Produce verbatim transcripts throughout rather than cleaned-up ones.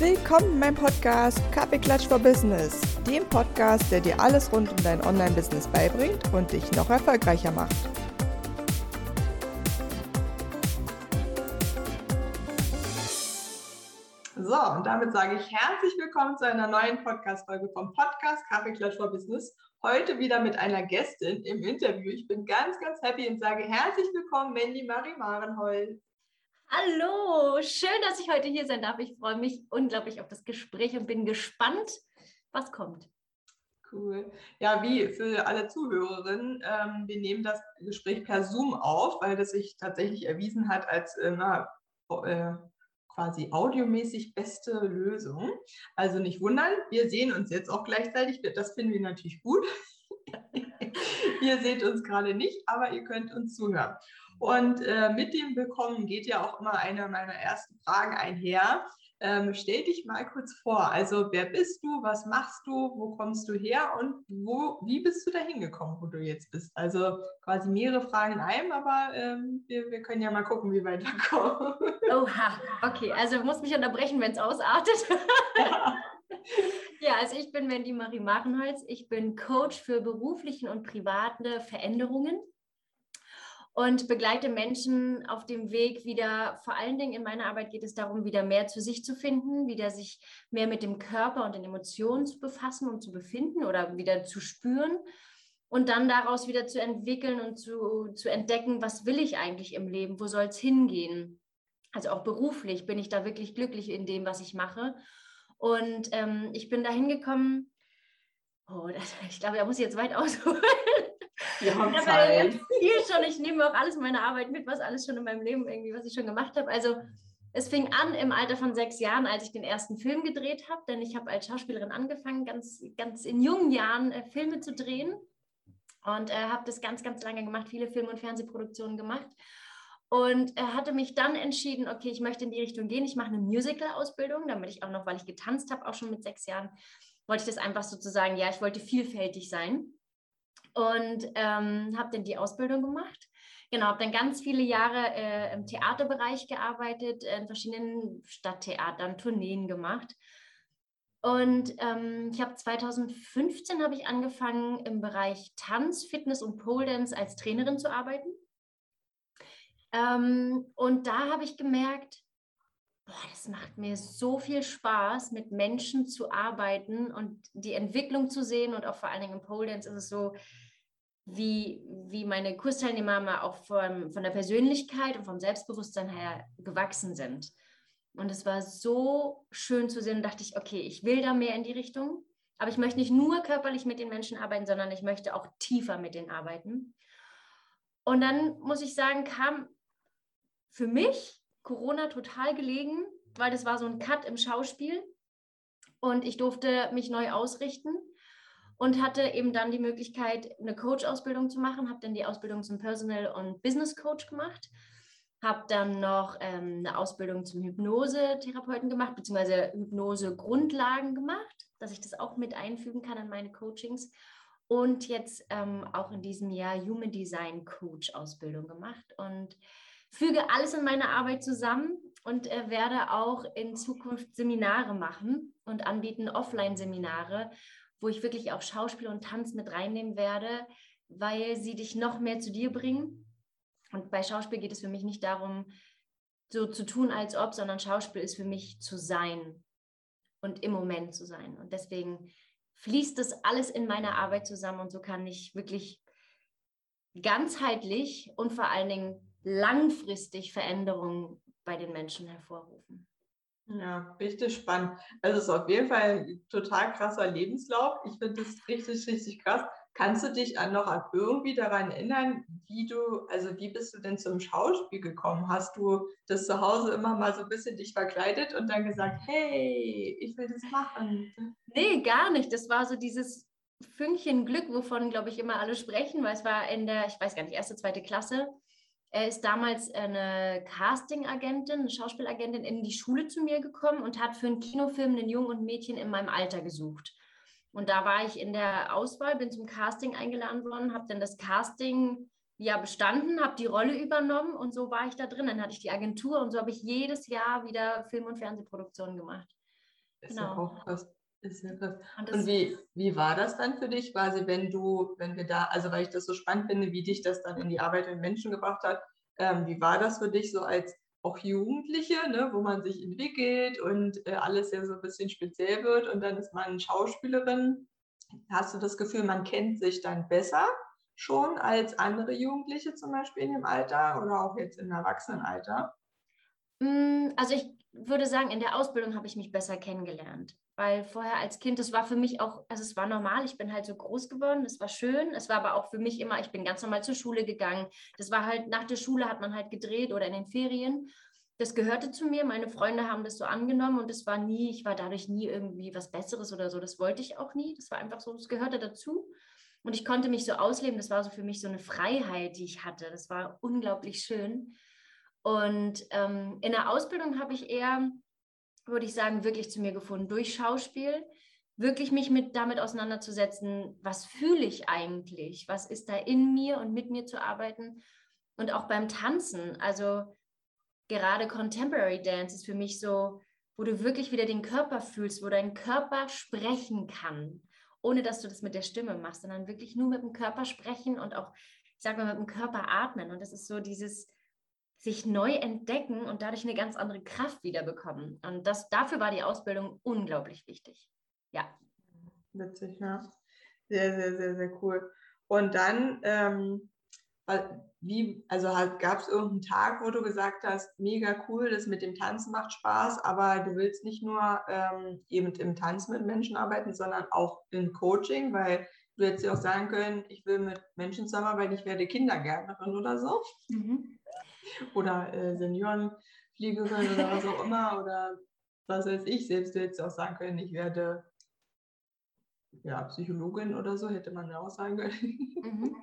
Willkommen in meinem Podcast Kaffeeklatsch for Business, dem Podcast, der dir alles rund um dein Online-Business beibringt und dich noch erfolgreicher macht. So, und damit sage ich herzlich willkommen zu einer neuen Podcast-Folge vom Podcast Kaffeeklatsch for Business. Heute wieder mit einer Gästin im Interview. Ich bin ganz, ganz happy und sage herzlich willkommen, Mandy Marie Marenholz. Hallo, schön, dass ich heute hier sein darf. Ich freue mich unglaublich auf das Gespräch und bin gespannt, was kommt. Cool. Ja, wie für alle Zuhörerinnen, ähm, wir nehmen das Gespräch per Zoom auf, weil das sich tatsächlich erwiesen hat als äh, na, äh, quasi audiomäßig beste Lösung. Also nicht wundern, wir sehen uns jetzt auch gleichzeitig. Das finden wir natürlich gut. Ihr seht uns gerade nicht, aber ihr könnt uns zuhören. Und äh, mit dem Willkommen geht ja auch immer eine meiner ersten Fragen einher. Ähm, stell dich mal kurz vor. Also wer bist du, was machst du, wo kommst du her und wo, wie bist du da hingekommen, wo du jetzt bist? Also quasi mehrere Fragen in einem, aber ähm, wir, wir können ja mal gucken, wie weit wir kommen. Oha, okay, also du musst mich unterbrechen, wenn es ausartet. Ja. Ja, also ich bin Mandy Marie Marenholz. Ich bin Coach für berufliche und private Veränderungen und begleite Menschen auf dem Weg wieder, vor allen Dingen in meiner Arbeit geht es darum, wieder mehr zu sich zu finden, wieder sich mehr mit dem Körper und den Emotionen zu befassen und zu befinden oder wieder zu spüren und dann daraus wieder zu entwickeln und zu, zu entdecken, was will ich eigentlich im Leben, wo soll es hingehen? Also auch beruflich bin ich da wirklich glücklich in dem, was ich mache. Und ähm, ich bin da hingekommen, oh, das, ich glaube, da muss ich jetzt weit ausholen. Wir haben Zeit. Viel schon, ich nehme auch alles meine Arbeit mit, was alles schon in meinem Leben irgendwie, was ich schon gemacht habe. Also es fing an im Alter von sechs Jahren, als ich den ersten Film gedreht habe, denn ich habe als Schauspielerin angefangen, ganz, ganz in jungen Jahren äh, Filme zu drehen und äh, habe das ganz, ganz lange gemacht, viele Film- und Fernsehproduktionen gemacht. Und er hatte mich dann entschieden, okay, ich möchte in die Richtung gehen. Ich mache eine Musical-Ausbildung, damit ich auch noch, weil ich getanzt habe, auch schon mit sechs Jahren, wollte ich das einfach sozusagen, ja, ich wollte vielfältig sein. Und ähm, habe dann die Ausbildung gemacht. Genau, habe dann ganz viele Jahre äh, im Theaterbereich gearbeitet, äh, in verschiedenen Stadttheatern, Tourneen gemacht. Und ähm, ich habe zweitausendfünfzehn habe ich angefangen, im Bereich Tanz, Fitness und Pole Dance als Trainerin zu arbeiten. Ähm, und da habe ich gemerkt, boah, das macht mir so viel Spaß, mit Menschen zu arbeiten und die Entwicklung zu sehen. Und auch vor allen Dingen im Pole Dance ist es so, wie, wie meine Kursteilnehmer mal auch von, von der Persönlichkeit und vom Selbstbewusstsein her gewachsen sind. Und es war so schön zu sehen, dachte ich, okay, ich will da mehr in die Richtung. Aber ich möchte nicht nur körperlich mit den Menschen arbeiten, sondern ich möchte auch tiefer mit denen arbeiten. Und dann muss ich sagen, kam für mich Corona total gelegen, weil das war so ein Cut im Schauspiel und ich durfte mich neu ausrichten und hatte eben dann die Möglichkeit, eine Coach-Ausbildung zu machen, habe dann die Ausbildung zum Personal- und Business-Coach gemacht, habe dann noch ähm, eine Ausbildung zum Hypnose-Therapeuten gemacht, beziehungsweise Hypnose-Grundlagen gemacht, dass ich das auch mit einfügen kann in meine Coachings und jetzt ähm, auch in diesem Jahr Human Design Coach-Ausbildung gemacht und füge alles in meiner Arbeit zusammen und äh, werde auch in Zukunft Seminare machen und anbieten, Offline-Seminare, wo ich wirklich auch Schauspiel und Tanz mit reinnehmen werde, weil sie dich noch mehr zu dir bringen. Und bei Schauspiel geht es für mich nicht darum, so zu tun, als ob, sondern Schauspiel ist für mich zu sein und im Moment zu sein. Und deswegen fließt das alles in meiner Arbeit zusammen und so kann ich wirklich ganzheitlich und vor allen Dingen langfristig Veränderungen bei den Menschen hervorrufen. Ja, richtig spannend. Also es ist auf jeden Fall ein total krasser Lebenslauf. Ich finde das richtig, richtig krass. Kannst du dich an noch an irgendwie daran erinnern, wie du, also wie bist du denn zum Schauspiel gekommen? Hast du das zu Hause immer mal so ein bisschen dich verkleidet und dann gesagt, hey, ich will das machen? Nee, gar nicht. Das war so dieses Fünkchen Glück, wovon, glaube ich, immer alle sprechen, weil es war in der, ich weiß gar nicht, erste, zweite Klasse. Er ist damals eine Casting-Agentin, eine Schauspielagentin in die Schule zu mir gekommen und hat für einen Kinofilm einen Jungen und ein Mädchen in meinem Alter gesucht. Und da war ich in der Auswahl, bin zum Casting eingeladen worden, habe dann das Casting ja bestanden, habe die Rolle übernommen und so war ich da drin. Dann hatte ich die Agentur und so habe ich jedes Jahr wieder Film- und Fernsehproduktionen gemacht. Ist ja Genau. auch krass. Ist ja krass. Und das, Und wie, wie war das dann für dich, quasi, wenn du, wenn wir da, also weil ich das so spannend finde, wie dich das dann in die Arbeit mit Menschen gebracht hat, ähm, wie war das für dich so als auch Jugendliche, ne, wo man sich entwickelt und äh, alles ja so ein bisschen speziell wird und dann ist man Schauspielerin. Hast du das Gefühl, man kennt sich dann besser schon als andere Jugendliche zum Beispiel in dem Alter oder auch jetzt im Erwachsenenalter? Mm, Also ich würde sagen, in der Ausbildung habe ich mich besser kennengelernt, weil vorher als Kind, das war für mich auch, also es war normal, ich bin halt so groß geworden, es war schön, es war aber auch für mich immer, ich bin ganz normal zur Schule gegangen, das war halt, nach der Schule hat man halt gedreht oder in den Ferien, das gehörte zu mir, meine Freunde haben das so angenommen und es war nie, ich war dadurch nie irgendwie was Besseres oder so, das wollte ich auch nie, das war einfach so, das gehörte dazu. Und ich konnte mich so ausleben, das war so für mich so eine Freiheit, die ich hatte, das war unglaublich schön. Und ähm, in der Ausbildung habe ich eher, würde ich sagen, wirklich zu mir gefunden, durch Schauspiel, wirklich mich mit, damit auseinanderzusetzen, was fühle ich eigentlich, was ist da in mir und mit mir zu arbeiten. Und auch beim Tanzen, also gerade Contemporary Dance ist für mich so, wo du wirklich wieder den Körper fühlst, wo dein Körper sprechen kann, ohne dass du das mit der Stimme machst, sondern wirklich nur mit dem Körper sprechen und auch, ich sage mal, mit dem Körper atmen. Und das ist so dieses sich neu entdecken und dadurch eine ganz andere Kraft wiederbekommen. Und das, dafür war die Ausbildung unglaublich wichtig. Ja. Witzig, ja. Sehr, sehr, sehr, sehr cool. Und dann, ähm, wie, also halt, gab es irgendeinen Tag, wo du gesagt hast, mega cool, das mit dem Tanzen macht Spaß, aber du willst nicht nur ähm, eben im Tanzen mit Menschen arbeiten, sondern auch im Coaching, weil du hättest ja auch sagen können, ich will mit Menschen zusammenarbeiten, ich werde Kindergärtnerin oder so. Mhm. Oder äh, Seniorenpflegerin oder was auch immer oder was weiß ich, selbst du hättest auch sagen können, ich werde ja, Psychologin oder so, hätte man ja auch sagen können. Mhm.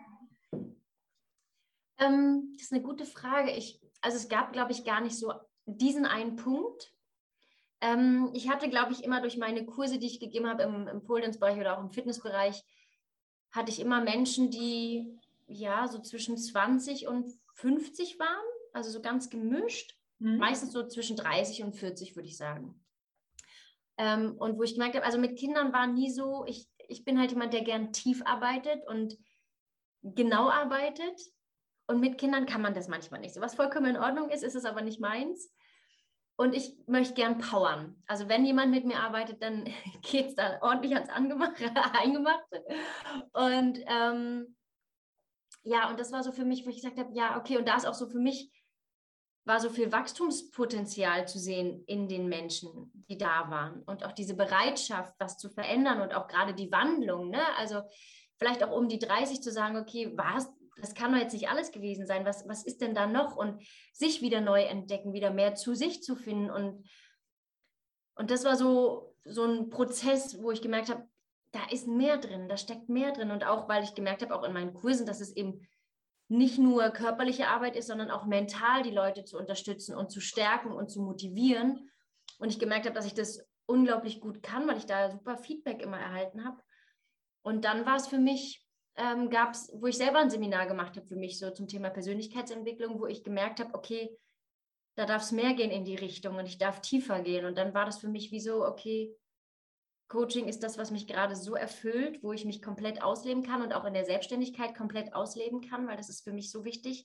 Ähm, das ist eine gute Frage. Ich, also es gab, glaube ich, gar nicht so diesen einen Punkt. Ähm, ich hatte, glaube ich, immer durch meine Kurse, die ich gegeben habe im, im Pole Dance-Bereich oder auch im Fitnessbereich, hatte ich immer Menschen, die ja so zwischen zwanzig und fünfzig waren, also so ganz gemischt. Mhm. Meistens so zwischen dreißig und vierzig, würde ich sagen. Ähm, und wo ich gemerkt habe, also mit Kindern war nie so, ich, ich bin halt jemand, der gern tief arbeitet und genau arbeitet. Und mit Kindern kann man das manchmal nicht. So was vollkommen in Ordnung ist, ist es aber nicht meins. Und ich möchte gern powern. Also wenn jemand mit mir arbeitet, dann geht es da ordentlich ans Angemachte, Eingemachte. Und ähm, ja, und das war so für mich, wo ich gesagt habe, ja, okay, und da ist auch so für mich, war so viel Wachstumspotenzial zu sehen in den Menschen, die da waren. Und auch diese Bereitschaft, was zu verändern und auch gerade die Wandlung. Ne? Also vielleicht auch um die dreißig zu sagen, okay, was, das kann doch jetzt nicht alles gewesen sein. Was, was ist denn da noch? Und sich wieder neu entdecken, wieder mehr zu sich zu finden. Und, und das war so, so ein Prozess, wo ich gemerkt habe, da ist mehr drin, da steckt mehr drin. Und auch, weil ich gemerkt habe, auch in meinen Kursen, dass es eben nicht nur körperliche Arbeit ist, sondern auch mental die Leute zu unterstützen und zu stärken und zu motivieren. Und ich gemerkt habe, dass ich das unglaublich gut kann, weil ich da super Feedback immer erhalten habe. Und dann war es für mich, ähm, gab es, wo ich selber ein Seminar gemacht habe für mich so zum Thema Persönlichkeitsentwicklung, wo ich gemerkt habe, okay, da darf es mehr gehen in die Richtung und ich darf tiefer gehen. Und dann war das für mich wie so, okay, Coaching ist das, was mich gerade so erfüllt, wo ich mich komplett ausleben kann und auch in der Selbstständigkeit komplett ausleben kann, weil das ist für mich so wichtig.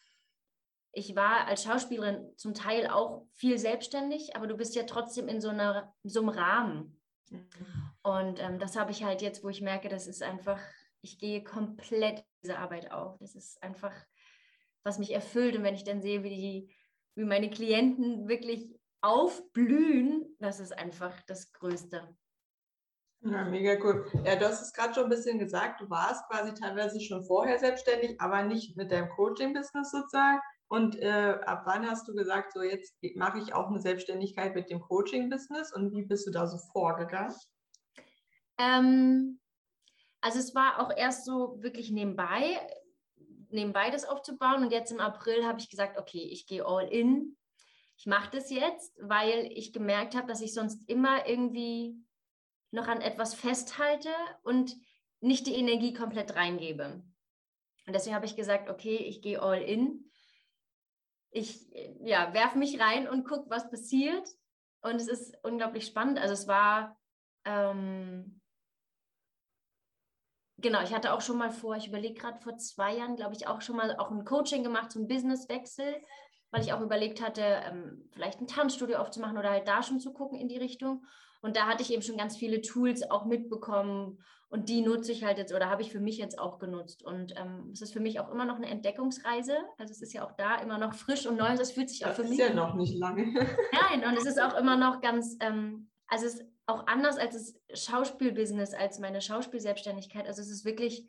Ich war als Schauspielerin zum Teil auch viel selbstständig, aber du bist ja trotzdem in so, einer, so einem Rahmen. Mhm. Und ähm, das habe ich halt jetzt, wo ich merke, das ist einfach, ich gehe komplett diese Arbeit auf. Das ist einfach, was mich erfüllt. Und wenn ich dann sehe, wie, die, wie meine Klienten wirklich aufblühen, das ist einfach das Größte. Ja, mega cool. Ja, du hast es gerade schon ein bisschen gesagt, du warst quasi teilweise schon vorher selbstständig, aber nicht mit deinem Coaching-Business sozusagen. Und äh, ab wann hast du gesagt, so jetzt mache ich auch eine Selbstständigkeit mit dem Coaching-Business und wie bist du da so vorgegangen? Ähm, also es war auch erst so wirklich nebenbei, nebenbei das aufzubauen und jetzt im April habe ich gesagt, okay, ich gehe all in. Ich mache das jetzt, weil ich gemerkt habe, dass ich sonst immer irgendwie noch an etwas festhalte und nicht die Energie komplett reingebe. Und deswegen habe ich gesagt, okay, ich gehe all in. Ich ja, werfe mich rein und gucke, was passiert. Und es ist unglaublich spannend. Also es war, ähm, genau, ich hatte auch schon mal vor, ich überlege gerade vor zwei Jahren, glaube ich, auch schon mal auch ein Coaching gemacht zum Businesswechsel, weil ich auch überlegt hatte, ähm, vielleicht ein Tanzstudio aufzumachen oder halt da schon zu gucken in die Richtung. Und da hatte ich eben schon ganz viele Tools auch mitbekommen und die nutze ich halt jetzt oder habe ich für mich jetzt auch genutzt. Und ähm, es ist für mich auch immer noch eine Entdeckungsreise. Also es ist ja auch da immer noch frisch und neu. Es fühlt sich auch Das für ist mich. ja noch nicht lange. Nein, und es ist auch immer noch ganz, ähm, also es ist auch anders als das Schauspielbusiness, als meine Schauspielselbstständigkeit. Also es ist wirklich,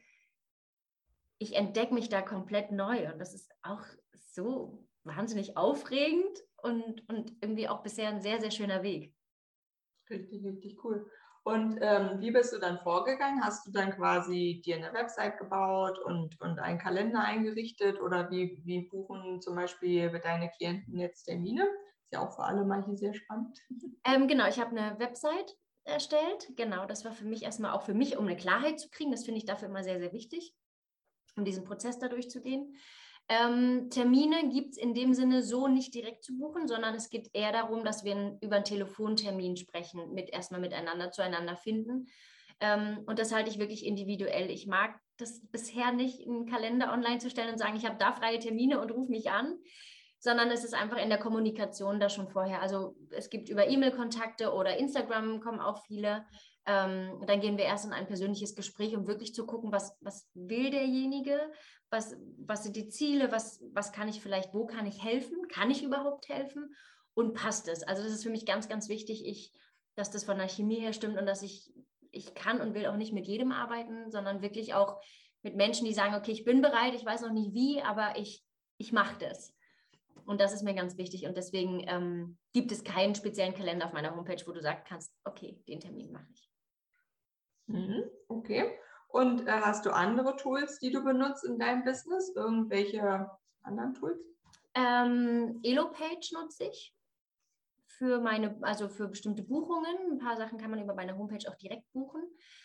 ich entdecke mich da komplett neu und das ist auch so wahnsinnig aufregend und, und irgendwie auch bisher ein sehr, sehr schöner Weg. Richtig, richtig cool. Und ähm, wie bist du dann vorgegangen? Hast du dann quasi dir eine Website gebaut und, und einen Kalender eingerichtet oder wie, wie buchen zum Beispiel deine Klienten jetzt Termine? Ist ja auch für alle mal hier sehr spannend. Ähm, genau, ich habe eine Website erstellt. Genau, das war für mich erstmal auch für mich, um eine Klarheit zu kriegen. Das finde ich dafür immer sehr, sehr wichtig, um diesen Prozess da durchzugehen. Ähm, Termine gibt es in dem Sinne so nicht direkt zu buchen, sondern es geht eher darum, dass wir über einen Telefontermin sprechen, mit erstmal miteinander zueinander finden. Ähm, und das halte ich wirklich individuell. Ich mag das bisher nicht, einen Kalender online zu stellen und sagen, ich habe da freie Termine und ruf mich an, sondern es ist einfach in der Kommunikation da schon vorher. Also es gibt über E-Mail-Kontakte oder Instagram kommen auch viele. Ähm, dann gehen wir erst in ein persönliches Gespräch, um wirklich zu gucken, was, was will derjenige, was, was sind die Ziele, was, was kann ich vielleicht, wo kann ich helfen, kann ich überhaupt helfen und passt es? Also das ist für mich ganz, ganz wichtig, ich, dass das von der Chemie her stimmt und dass ich, ich kann und will auch nicht mit jedem arbeiten, sondern wirklich auch mit Menschen, die sagen, okay, ich bin bereit, ich weiß noch nicht wie, aber ich, ich mache das. Und das ist mir ganz wichtig und deswegen ähm, gibt es keinen speziellen Kalender auf meiner Homepage, wo du sagen kannst, okay, den Termin mache ich. Mhm, okay. Und äh, hast du andere Tools, die du benutzt in deinem Business? Irgendwelche anderen Tools? Ähm, Elopage nutze ich für meine, also für bestimmte Buchungen. Ein paar Sachen kann man über meine Homepage auch direkt buchen.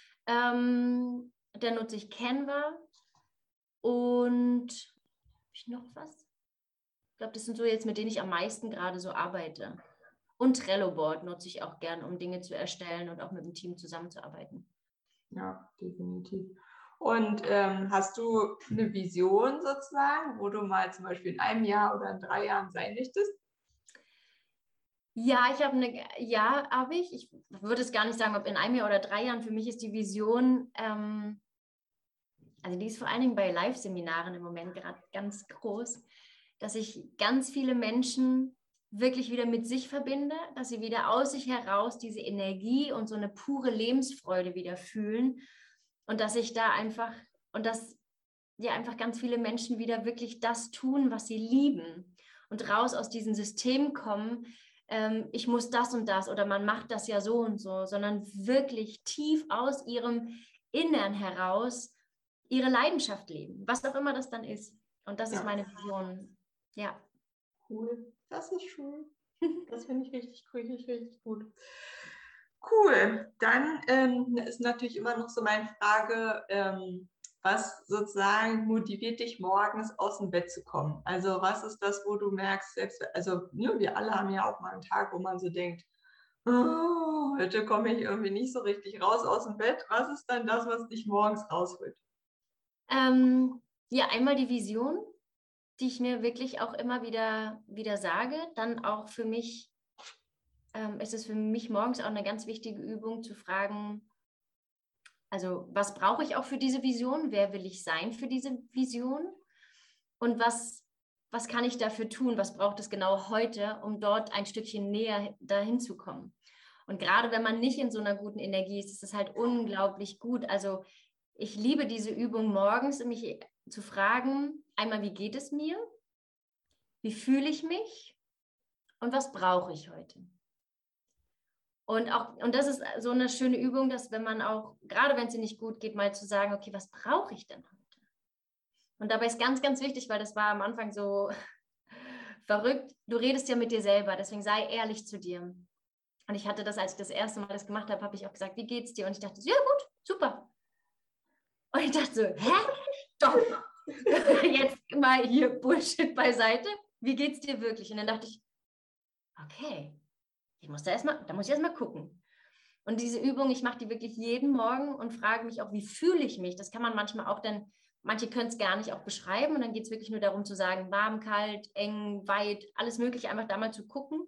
Ähm, dann nutze ich Canva und habe ich noch was? Ich glaube, das sind so jetzt, mit denen ich am meisten gerade so arbeite. Und Trello-Board nutze ich auch gern, um Dinge zu erstellen und auch mit dem Team zusammenzuarbeiten. Ja, definitiv. Und ähm, hast du eine Vision sozusagen, wo du mal zum Beispiel in einem Jahr oder in drei Jahren sein möchtest? Ja, ich habe eine, ja, habe ich. Ich würde es gar nicht sagen, ob in einem Jahr oder drei Jahren. Für mich ist die Vision, ähm, also die ist vor allen Dingen bei Live-Seminaren im Moment gerade ganz groß, dass ich ganz viele Menschen wirklich wieder mit sich verbinde, dass sie wieder aus sich heraus diese Energie und so eine pure Lebensfreude wieder fühlen und dass ich da einfach, und dass ja einfach ganz viele Menschen wieder wirklich das tun, was sie lieben und raus aus diesem System kommen, ähm, ich muss das und das oder man macht das ja so und so, sondern wirklich tief aus ihrem Innern heraus ihre Leidenschaft leben, was auch immer das dann ist. Und das Ja. ist meine Vision. Ja. Cool, das ist schön. Das finde ich richtig, richtig, richtig gut. Cool, dann ähm, ist natürlich immer noch so meine Frage, ähm, was sozusagen motiviert dich morgens aus dem Bett zu kommen? Also was ist das, wo du merkst, selbst, also ja, wir alle haben ja auch mal einen Tag, wo man so denkt, oh, heute komme ich irgendwie nicht so richtig raus aus dem Bett. Was ist dann das, was dich morgens rausholt? Ähm, ja, einmal die Vision, die ich mir wirklich auch immer wieder, wieder sage. Dann auch für mich, ähm, ist es für mich morgens auch eine ganz wichtige Übung zu fragen, also was brauche ich auch für diese Vision? Wer will ich sein für diese Vision? Und was, was kann ich dafür tun? Was braucht es genau heute, um dort ein Stückchen näher dahin zu kommen? Und gerade wenn man nicht in so einer guten Energie ist, ist es halt unglaublich gut. Also ich liebe diese Übung morgens, mich zu fragen, einmal, wie geht es mir? Wie fühle ich mich? Und was brauche ich heute? Und auch, und das ist so eine schöne Übung, dass wenn man auch, gerade wenn es dir nicht gut geht, mal zu sagen, okay, was brauche ich denn heute? Und dabei ist ganz, ganz wichtig, weil das war am Anfang so verrückt, du redest ja mit dir selber, deswegen sei ehrlich zu dir. Und ich hatte das, als ich das erste Mal das gemacht habe, habe ich auch gesagt, wie geht's dir? Und ich dachte, ja gut, super. Und ich dachte so, hä? Stopp. Jetzt mal hier Bullshit beiseite. Wie geht's dir wirklich? Und dann dachte ich, okay, Ich muss da erstmal, da muss ich erstmal gucken. Und diese Übung, ich mache die wirklich jeden Morgen und frage mich auch, wie fühle ich mich? Das kann man manchmal auch dann, manche können es gar nicht auch beschreiben und dann geht es wirklich nur darum zu sagen, warm, kalt, eng, weit, alles Mögliche, einfach da mal zu gucken.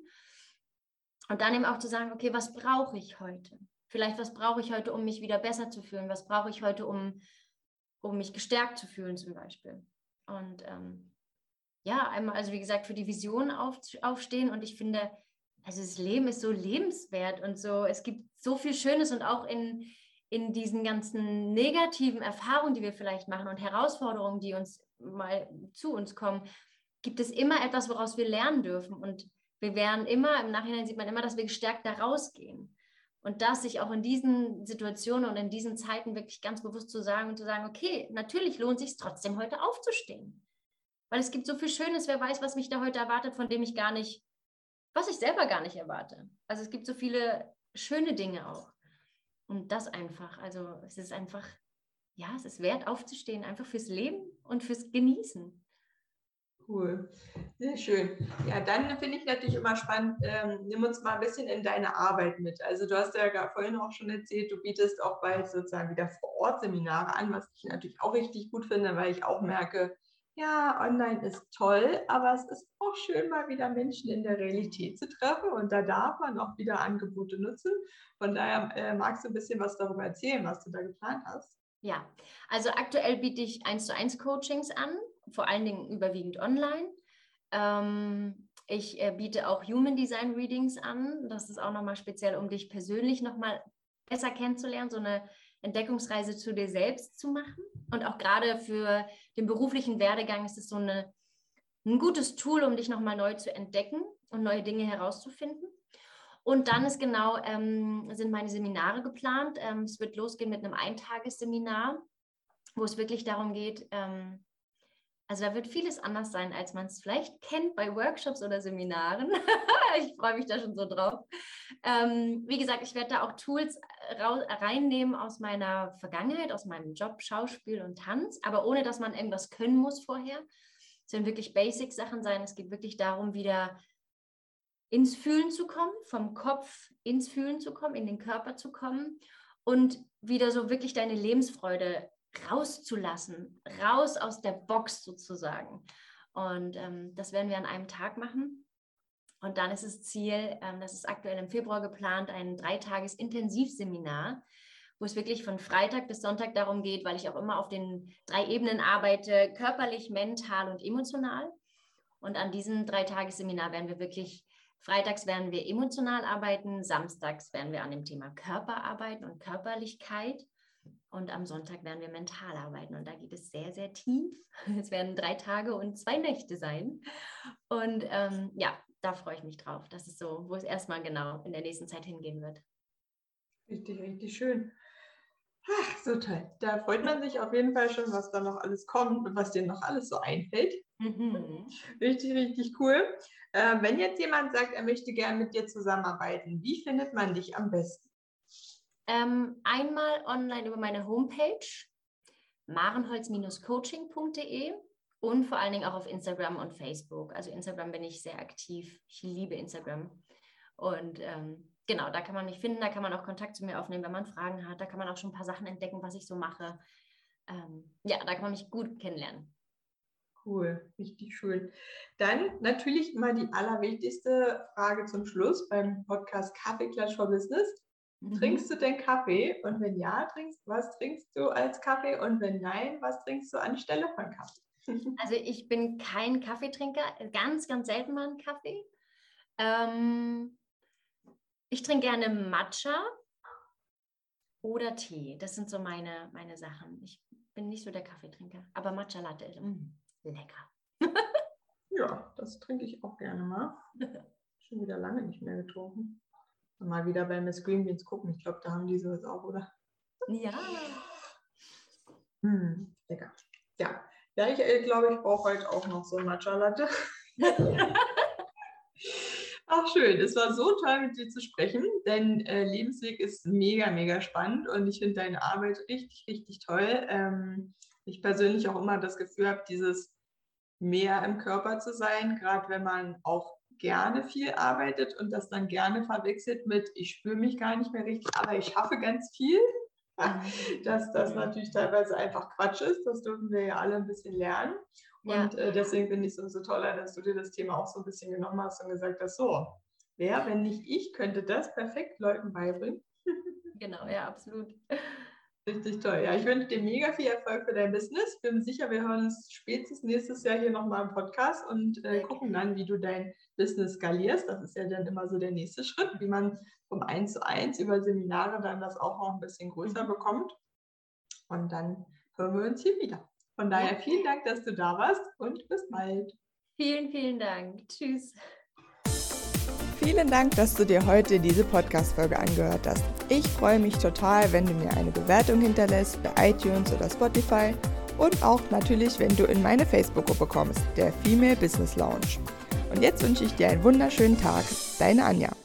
Und dann eben auch zu sagen, okay, was brauche ich heute? Vielleicht, was brauche ich heute, um mich wieder besser zu fühlen? Was brauche ich heute, um, um mich gestärkt zu fühlen zum Beispiel? Und ähm, ja, einmal, also wie gesagt, für die Vision auf, aufstehen. Und ich finde, also das Leben ist so lebenswert und so, es gibt so viel Schönes und auch in, in diesen ganzen negativen Erfahrungen, die wir vielleicht machen und Herausforderungen, die uns mal zu uns kommen, gibt es immer etwas, woraus wir lernen dürfen. Und wir werden immer, im Nachhinein sieht man immer, dass wir gestärkt da rausgehen. Und das sich auch in diesen Situationen und in diesen Zeiten wirklich ganz bewusst zu sagen und zu sagen, okay, natürlich lohnt es sich trotzdem heute aufzustehen. Weil es gibt so viel Schönes, wer weiß, was mich da heute erwartet, von dem ich gar nicht, was ich selber gar nicht erwarte. Also es gibt so viele schöne Dinge auch. Und das einfach, also es ist einfach, ja, es ist wert aufzustehen, einfach fürs Leben und fürs Genießen. Cool, sehr schön. Ja, dann finde ich natürlich immer spannend, ähm, nimm uns mal ein bisschen in deine Arbeit mit. Also du hast ja gar vorhin auch schon erzählt, du bietest auch bald sozusagen wieder vor Ort Seminare an, was ich natürlich auch richtig gut finde, weil ich auch merke, ja, online ist toll, aber es ist auch schön, mal wieder Menschen in der Realität zu treffen und da darf man auch wieder Angebote nutzen. Von daher äh, magst du ein bisschen was darüber erzählen, was du da geplant hast? Ja, also aktuell biete ich eins zu eins Coachings an, vor allen Dingen überwiegend online. Ähm, ich äh, biete auch Human Design Readings an. Das ist auch nochmal speziell, um dich persönlich nochmal besser kennenzulernen, so eine Entdeckungsreise zu dir selbst zu machen. Und auch gerade für den beruflichen Werdegang ist es so eine, ein gutes Tool, um dich nochmal neu zu entdecken und neue Dinge herauszufinden. Und dann ist genau, ähm, sind meine Seminare geplant. Ähm, es wird losgehen mit einem Eintagesseminar, wo es wirklich darum geht, ähm, also da wird vieles anders sein, als man es vielleicht kennt bei Workshops oder Seminaren. Ich freue mich da schon so drauf. Ähm, wie gesagt, ich werde da auch Tools reinnehmen aus meiner Vergangenheit, aus meinem Job, Schauspiel und Tanz, aber ohne, dass man irgendwas können muss vorher. Es werden wirklich Basic-Sachen sein. Es geht wirklich darum, wieder ins Fühlen zu kommen, vom Kopf ins Fühlen zu kommen, in den Körper zu kommen und wieder so wirklich deine Lebensfreude rauszulassen, raus aus der Box sozusagen. Und ähm, das werden wir an einem Tag machen. Und dann ist das Ziel, ähm, das ist aktuell im Februar geplant, ein Dreitages-Intensivseminar, wo es wirklich von Freitag bis Sonntag darum geht, weil ich auch immer auf den drei Ebenen arbeite, körperlich, mental und emotional. Und an diesem Dreitagesseminar werden wir wirklich, freitags werden wir emotional arbeiten, samstags werden wir an dem Thema Körper arbeiten und Körperlichkeit. Und am Sonntag werden wir mental arbeiten und da geht es sehr, sehr tief. Es werden drei Tage und zwei Nächte sein. Und ähm, ja, da freue ich mich drauf. Das ist so, wo es erstmal genau in der nächsten Zeit hingehen wird. Richtig, richtig schön. Ach, so toll. Da freut man sich auf jeden Fall schon, was da noch alles kommt und was dir noch alles so einfällt. Mhm. Richtig, richtig cool. Äh, wenn jetzt jemand sagt, er möchte gerne mit dir zusammenarbeiten, wie findet man dich am besten? Ähm, einmal online über meine Homepage marenholz Coaching punkt de und vor allen Dingen auch auf Instagram und Facebook. Also Instagram bin ich sehr aktiv. Ich liebe Instagram. Und ähm, genau, da kann man mich finden, da kann man auch Kontakt zu mir aufnehmen, wenn man Fragen hat. Da kann man auch schon ein paar Sachen entdecken, was ich so mache. Ähm, ja, da kann man mich gut kennenlernen. Cool, richtig schön. Dann natürlich mal die allerwichtigste Frage zum Schluss beim Podcast Kaffeeklatsch for Business. Trinkst du denn Kaffee? Und wenn ja, trinkst, was trinkst du als Kaffee? Und wenn nein, was trinkst du anstelle von Kaffee? Also ich bin kein Kaffeetrinker, ganz, ganz selten mal einen Kaffee. Ähm, ich trinke gerne Matcha oder Tee. Das sind so meine, meine Sachen. Ich bin nicht so der Kaffeetrinker, aber Matcha Latte ist mm, lecker. Ja, das trinke ich auch gerne mal. Schon wieder lange nicht mehr getrunken. Mal wieder bei Miss Green Beans gucken. Ich glaube, da haben die sowas auch, oder? Ja. Hm, lecker. Ja, ja ich äh, glaube, ich brauche heute auch noch so ein Matcha Latte. Ach schön, es war so toll mit dir zu sprechen. Dein äh, Lebensweg ist mega, mega spannend und ich finde deine Arbeit richtig, richtig toll. Ähm, ich persönlich auch immer das Gefühl habe, dieses mehr im Körper zu sein, gerade wenn man auch gerne viel arbeitet und das dann gerne verwechselt mit, ich spüre mich gar nicht mehr richtig, aber ich schaffe ganz viel. Dass das natürlich teilweise einfach Quatsch ist, das dürfen wir ja alle ein bisschen lernen. Und ja. äh, deswegen finde ich es umso toller, dass du dir das Thema auch so ein bisschen genommen hast und gesagt hast, so, wer, wenn nicht ich, könnte das perfekt Leuten beibringen. Genau, ja, absolut. Richtig toll. Ja, ich wünsche dir mega viel Erfolg für dein Business. Bin sicher, wir hören uns spätestens nächstes Jahr hier nochmal im Podcast und äh, gucken dann, wie du dein Business skalierst. Das ist ja dann immer so der nächste Schritt, wie man vom eins zu eins über Seminare dann das auch noch ein bisschen größer bekommt. Und dann hören wir uns hier wieder. Von daher vielen Dank, dass du da warst und bis bald. Vielen, vielen Dank. Tschüss. Vielen Dank, dass du dir heute diese Podcast-Folge angehört hast. Ich freue mich total, wenn du mir eine Bewertung hinterlässt bei iTunes oder Spotify und auch natürlich, wenn du in meine Facebook-Gruppe kommst, der Female Business Lounge. Und jetzt wünsche ich dir einen wunderschönen Tag. Deine Anja.